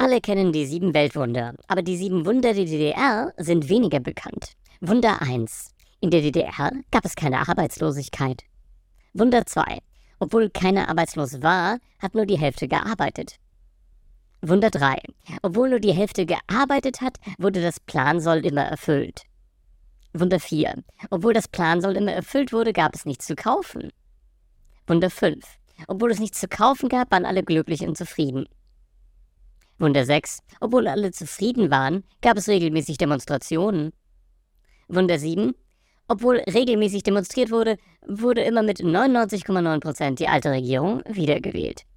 alle kennen die 7 Weltwunder, aber die 7 Wunder der DDR sind weniger bekannt. Wunder 1. In der DDR gab es keine Arbeitslosigkeit. Wunder 2. Obwohl keiner arbeitslos war, hat nur die Hälfte gearbeitet. Wunder 3. Obwohl nur die Hälfte gearbeitet hat, wurde das Plansoll immer erfüllt. Wunder 4. Obwohl das Plansoll immer erfüllt wurde, gab es nichts zu kaufen. Wunder 5. Obwohl es nichts zu kaufen gab, waren alle glücklich und zufrieden. Wunder 6. Obwohl alle zufrieden waren, gab es regelmäßig Demonstrationen. Wunder 7. Obwohl regelmäßig demonstriert wurde, wurde immer mit 99,9% die alte Regierung wiedergewählt.